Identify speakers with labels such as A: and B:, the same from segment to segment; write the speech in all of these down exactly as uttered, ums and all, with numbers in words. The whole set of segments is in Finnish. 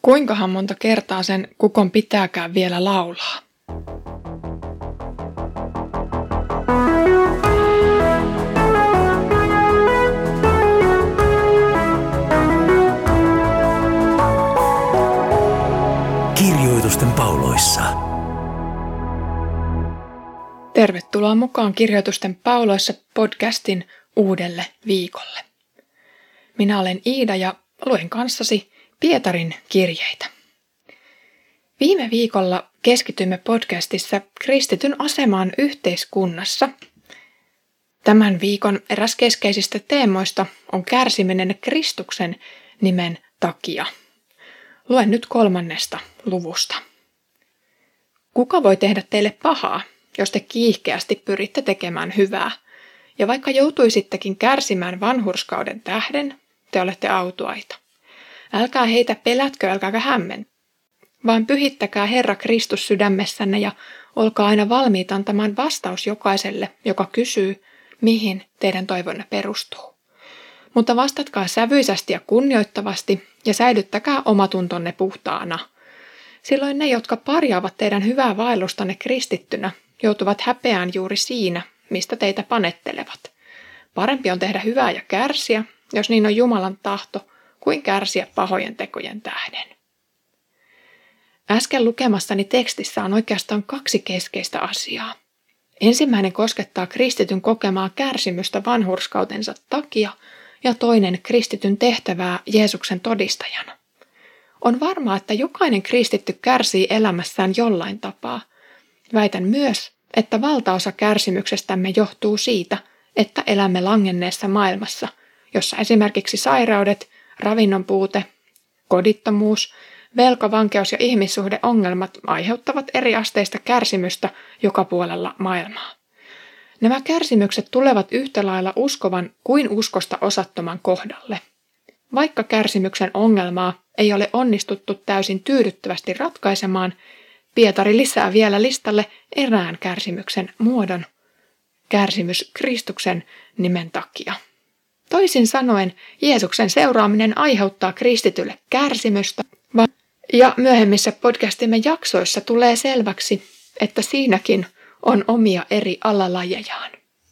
A: Kuinkahan monta kertaa sen kukon pitääkään vielä laulaa?
B: Kirjoitusten pauloissa.
A: Tervetuloa mukaan Kirjoitusten pauloissa podcastin uudelle viikolle. Minä olen Iida ja luen kanssasi Pietarin kirjeitä. Viime viikolla keskitymme podcastissa kristityn asemaan yhteiskunnassa. Tämän viikon eräs keskeisistä teemoista on kärsiminen Kristuksen nimen takia. Luen nyt kolmannesta luvusta. Kuka voi tehdä teille pahaa, jos te kiihkeästi pyritte tekemään hyvää? Ja vaikka joutuisittekin kärsimään vanhurskauden tähden, te olette autuaita. Älkää heitä pelätkö, älkääkä hämmen, vaan pyhittäkää Herra Kristus sydämessänne ja olkaa aina valmiit antamaan vastaus jokaiselle, joka kysyy, mihin teidän toivonne perustuu. Mutta vastatkaa sävyisesti ja kunnioittavasti ja säilyttäkää omatuntonne puhtaana. Silloin ne, jotka parjaavat teidän hyvää vaellustanne kristittynä, joutuvat häpeään juuri siinä, mistä teitä panettelevat. Parempi on tehdä hyvää ja kärsiä, jos niin on Jumalan tahto, kuin kärsiä pahojen tekojen tähden. Äsken lukemassani tekstissä on oikeastaan kaksi keskeistä asiaa. Ensimmäinen koskettaa kristityn kokemaa kärsimystä vanhurskautensa takia ja toinen kristityn tehtävää Jeesuksen todistajana. On varmaa, että jokainen kristitty kärsii elämässään jollain tapaa. Väitän myös, että valtaosa kärsimyksestämme johtuu siitä, että elämme langenneessa maailmassa, jossa esimerkiksi sairaudet, ravinnon puute, kodittomuus, velkavankeus ja ihmissuhdeongelmat aiheuttavat eriasteista kärsimystä joka puolella maailmaa. Nämä kärsimykset tulevat yhtä lailla uskovan kuin uskosta osattoman kohdalle. Vaikka kärsimyksen ongelmaa ei ole onnistuttu täysin tyydyttävästi ratkaisemaan, Pietari lisää vielä listalle erään kärsimyksen muodon, kärsimys Kristuksen nimen takia. Toisin sanoen, Jeesuksen seuraaminen aiheuttaa kristitylle kärsimystä, ja myöhemmissä podcastimme jaksoissa tulee selväksi, että siinäkin on omia eri alalajejaan.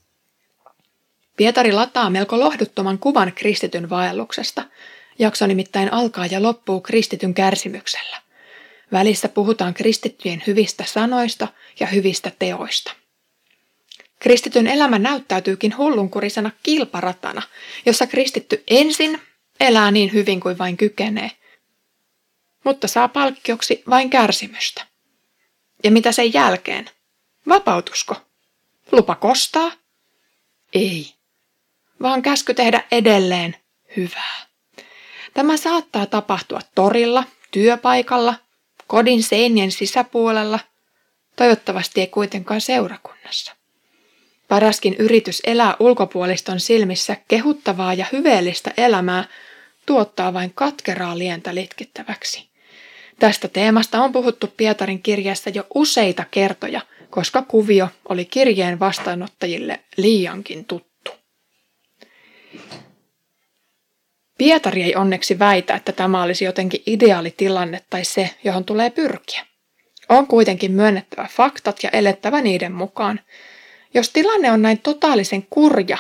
A: Pietari lataa melko lohduttoman kuvan kristityn vaelluksesta. Jakso nimittäin alkaa ja loppuu kristityn kärsimyksellä. Välissä puhutaan kristittyjen hyvistä sanoista ja hyvistä teoista. Kristityn elämä näyttäytyykin hullunkurisena kilparatana, jossa kristitty ensin elää niin hyvin kuin vain kykenee, mutta saa palkkioksi vain kärsimystä. Ja mitä sen jälkeen? Vapautusko? Lupa kostaa? Ei, vaan käsky tehdä edelleen hyvää. Tämä saattaa tapahtua torilla, työpaikalla, kodin seinien sisäpuolella, toivottavasti ei kuitenkaan seurakunnassa. Paraskin yritys elää ulkopuoliston silmissä kehuttavaa ja hyveellistä elämää tuottaa vain katkeraa lientä litkittäväksi. Tästä teemasta on puhuttu Pietarin kirjeessä jo useita kertoja, koska kuvio oli kirjeen vastaanottajille liiankin tuttu. Pietari ei onneksi väitä, että tämä olisi jotenkin ideaalitilanne tai se, johon tulee pyrkiä. On kuitenkin myönnettävä faktat ja elettävä niiden mukaan. Jos tilanne on näin totaalisen kurja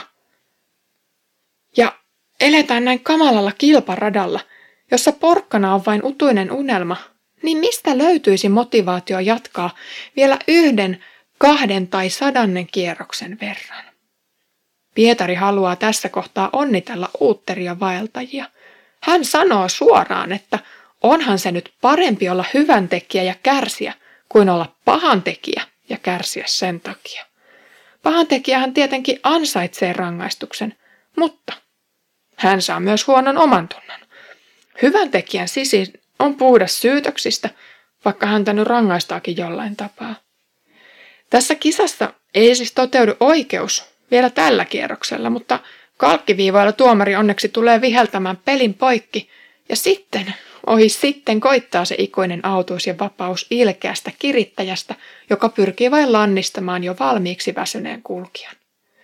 A: ja eletään näin kamalalla kilparadalla, jossa porkkana on vain utuinen unelma, niin mistä löytyisi motivaatio jatkaa vielä yhden, kahden tai sadannen kierroksen verran? Pietari haluaa tässä kohtaa onnitella uutteria vaeltajia. Hän sanoo suoraan, että onhan se nyt parempi olla hyväntekijä ja kärsiä, kuin olla pahantekijä ja kärsiä sen takia. Pahantekijähän tietenkin ansaitsee rangaistuksen, mutta hän saa myös huonon omantunnon. Hyväntekijän sisi on puhdas syytöksistä, vaikka häntä nyt rangaistaakin jollain tapaa. Tässä kisassa ei siis toteudu oikeus vielä tällä kierroksella, mutta kalkkiviivoilla tuomari onneksi tulee viheltämään pelin poikki ja sitten, ohi sitten koittaa se ikuinen autuus ja vapaus ilkeästä kirittäjästä, joka pyrkii vain lannistamaan jo valmiiksi väsyneen kulkijan.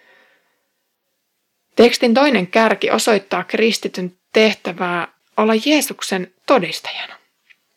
A: Tekstin toinen kärki osoittaa kristityn tehtävää olla Jeesuksen todistajana.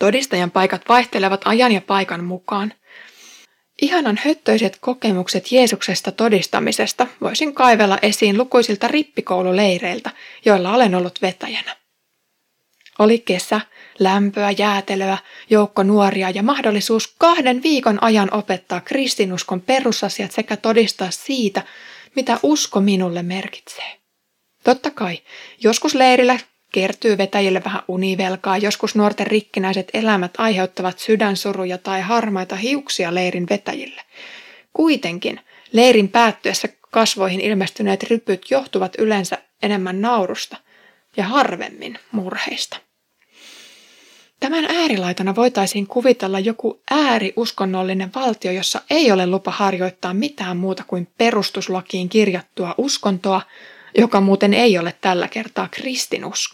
A: Todistajan paikat vaihtelevat ajan ja paikan mukaan. Ihanan höttöiset kokemukset Jeesuksesta todistamisesta voisin kaivella esiin lukuisilta rippikoululeireiltä, joilla olen ollut vetäjänä. Oli kesä, lämpöä, jäätelöä, joukko nuoria ja mahdollisuus kahden viikon ajan opettaa kristinuskon perusasiat sekä todistaa siitä, mitä usko minulle merkitsee. Totta kai, joskus leirillä kertyy vetäjille vähän univelkaa, joskus nuorten rikkinäiset elämät aiheuttavat sydänsuruja tai harmaita hiuksia leirin vetäjille. Kuitenkin leirin päättyessä kasvoihin ilmestyneet rypyt johtuvat yleensä enemmän naurusta ja harvemmin murheista. Tämän äärilaitana voitaisiin kuvitella joku ääriuskonnollinen valtio, jossa ei ole lupa harjoittaa mitään muuta kuin perustuslakiin kirjattua uskontoa, joka muuten ei ole tällä kertaa kristinusko.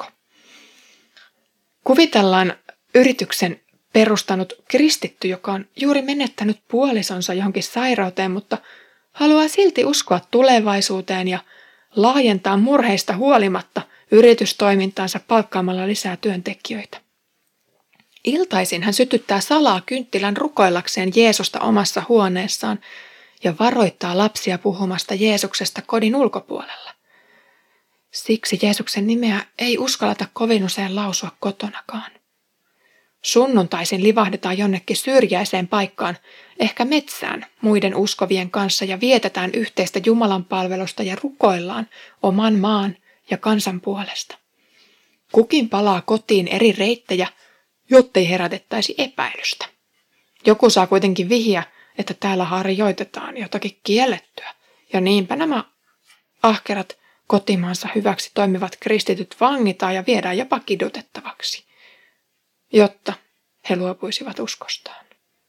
A: Kuvitellaan yrityksen perustanut kristitty, joka on juuri menettänyt puolisonsa johonkin sairauteen, mutta haluaa silti uskoa tulevaisuuteen ja laajentaa murheista huolimatta yritystoimintaansa palkkaamalla lisää työntekijöitä. Iltaisin hän sytyttää salaa kynttilän rukoillakseen Jeesusta omassa huoneessaan ja varoittaa lapsia puhumasta Jeesuksesta kodin ulkopuolella. Siksi Jeesuksen nimeä ei uskalleta kovin usein lausua kotonakaan. Sunnuntaisin livahdetaan jonnekin syrjäiseen paikkaan, ehkä metsään, muiden uskovien kanssa ja vietetään yhteistä Jumalan palvelusta ja rukoillaan oman maan ja kansan puolesta. Kukin palaa kotiin eri reittejä, jottei herätettäisi epäilystä. Joku saa kuitenkin vihjaa, että täällä harjoitetaan jotakin kiellettyä, ja niinpä nämä ahkerat kotimaansa hyväksi toimivat kristityt vangitaan ja viedään jopa kidutettavaksi, jotta he luopuisivat uskostaan.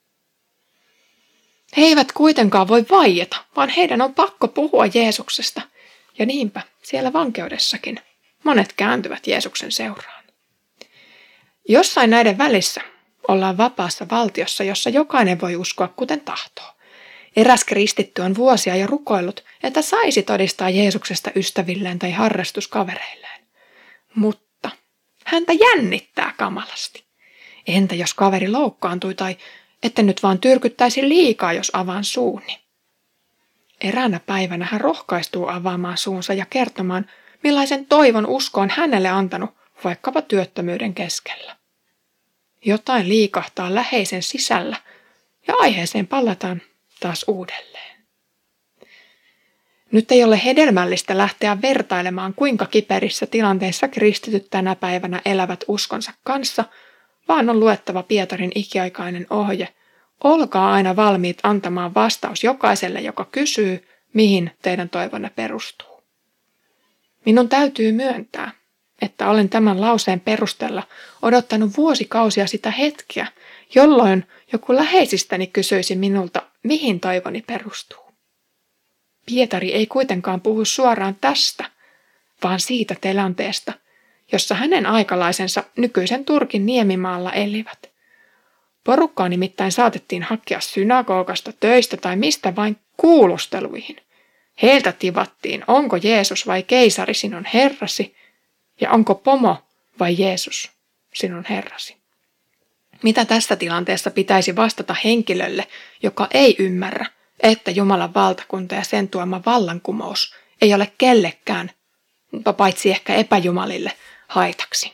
A: He eivät kuitenkaan voi vaieta, vaan heidän on pakko puhua Jeesuksesta, ja niinpä siellä vankeudessakin monet kääntyvät Jeesuksen seuraan. Jossain näiden välissä ollaan vapaassa valtiossa, jossa jokainen voi uskoa kuten tahtoo. Eräs kristitty on vuosia jo rukoillut, että saisi todistaa Jeesuksesta ystävilleen tai harrastuskavereilleen. Mutta häntä jännittää kamalasti. Entä jos kaveri loukkaantui tai että nyt vaan tyrkyttäisi liikaa, jos avaan suuni? Eräänä päivänä hän rohkaistuu avaamaan suunsa ja kertomaan, millaisen toivon usko on hänelle antanut vaikkapa työttömyyden keskellä. Jotain liikahtaa läheisen sisällä ja aiheeseen palataan taas uudelleen. Nyt ei ole hedelmällistä lähteä vertailemaan, kuinka kiperissä tilanteissa kristityt tänä päivänä elävät uskonsa kanssa, vaan on luettava Pietarin ikiaikainen ohje. Olkaa aina valmiit antamaan vastaus jokaiselle, joka kysyy, mihin teidän toivonne perustuu. Minun täytyy myöntää, että olen tämän lauseen perusteella odottanut vuosikausia sitä hetkeä, jolloin joku läheisistäni kysyisi minulta, mihin toivoni perustuu. Pietari ei kuitenkaan puhu suoraan tästä, vaan siitä tilanteesta, jossa hänen aikalaisensa nykyisen Turkin niemimaalla elivät. Porukkaa nimittäin saatettiin hakea synagogasta, töistä tai mistä vain kuulusteluihin. Heiltä tivattiin, onko Jeesus vai keisari sinun herrasi, ja onko pomo vai Jeesus sinun herrasi. Mitä tässä tilanteessa pitäisi vastata henkilölle, joka ei ymmärrä, että Jumalan valtakunta ja sen tuoma vallankumous ei ole kellekään, paitsi ehkä epäjumalille, haitaksi?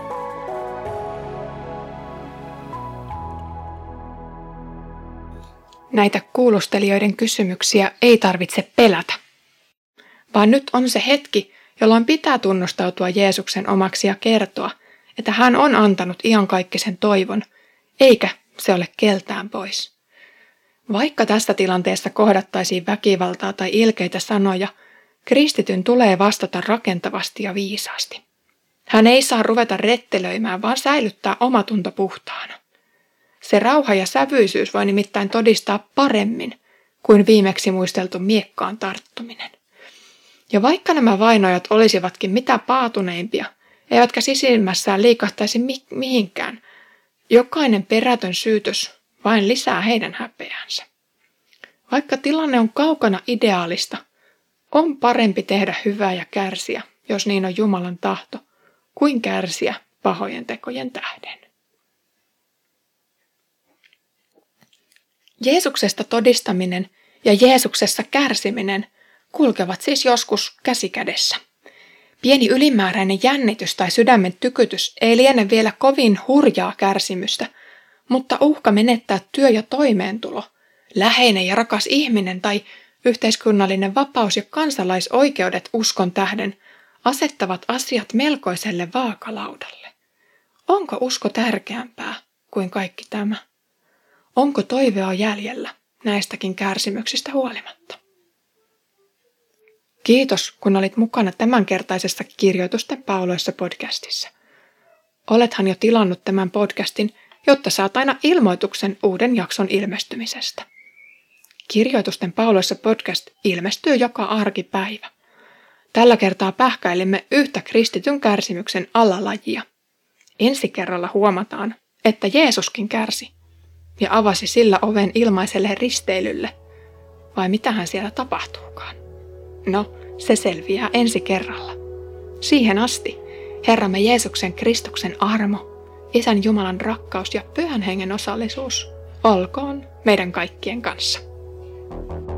A: Näitä kuulustelijoiden kysymyksiä ei tarvitse pelätä, vaan nyt on se hetki, jolloin pitää tunnustautua Jeesuksen omaksi ja kertoa, että hän on antanut iankaikkisen toivon, eikä se ole keltään pois. Vaikka tässä tilanteessa kohdattaisiin väkivaltaa tai ilkeitä sanoja, kristityn tulee vastata rakentavasti ja viisaasti. Hän ei saa ruveta rettelöimään, vaan säilyttää omatunto puhtaana. Se rauha ja sävyisyys voi nimittäin todistaa paremmin kuin viimeksi muisteltu miekkaan tarttuminen. Ja vaikka nämä vainojat olisivatkin mitä paatuneimpia, eivätkä sisimmässään liikahtaisi mi- mihinkään, jokainen perätön syytös vain lisää heidän häpeäänsä. Vaikka tilanne on kaukana ideaalista, on parempi tehdä hyvää ja kärsiä, jos niin on Jumalan tahto, kuin kärsiä pahojen tekojen tähden. Jeesuksesta todistaminen ja Jeesuksessa kärsiminen kulkevat siis joskus käsi kädessä. Pieni ylimääräinen jännitys tai sydämen tykytys ei liene vielä kovin hurjaa kärsimystä, mutta uhka menettää työ ja toimeentulo, läheinen ja rakas ihminen tai yhteiskunnallinen vapaus ja kansalaisoikeudet uskon tähden asettavat asiat melkoiselle vaakalaudalle. Onko usko tärkeämpää kuin kaikki tämä? Onko toivoa jäljellä näistäkin kärsimyksistä huolimatta? Kiitos, kun olit mukana tämänkertaisessa Kirjoitusten pauloissa podcastissa. Olethan jo tilannut tämän podcastin, jotta saat aina ilmoituksen uuden jakson ilmestymisestä. Kirjoitusten pauloissa podcast ilmestyy joka arkipäivä. Tällä kertaa pähkäilimme yhtä kristityn kärsimyksen alalajia. Ensi kerralla huomataan, että Jeesuskin kärsi ja avasi sillä oven ilmaiselle risteilylle. Vai mitähän siellä tapahtuukaan? No, se selviää ensi kerralla. Siihen asti Herramme Jeesuksen Kristuksen armo, Isän Jumalan rakkaus ja Pyhän Hengen osallisuus olkoon meidän kaikkien kanssa.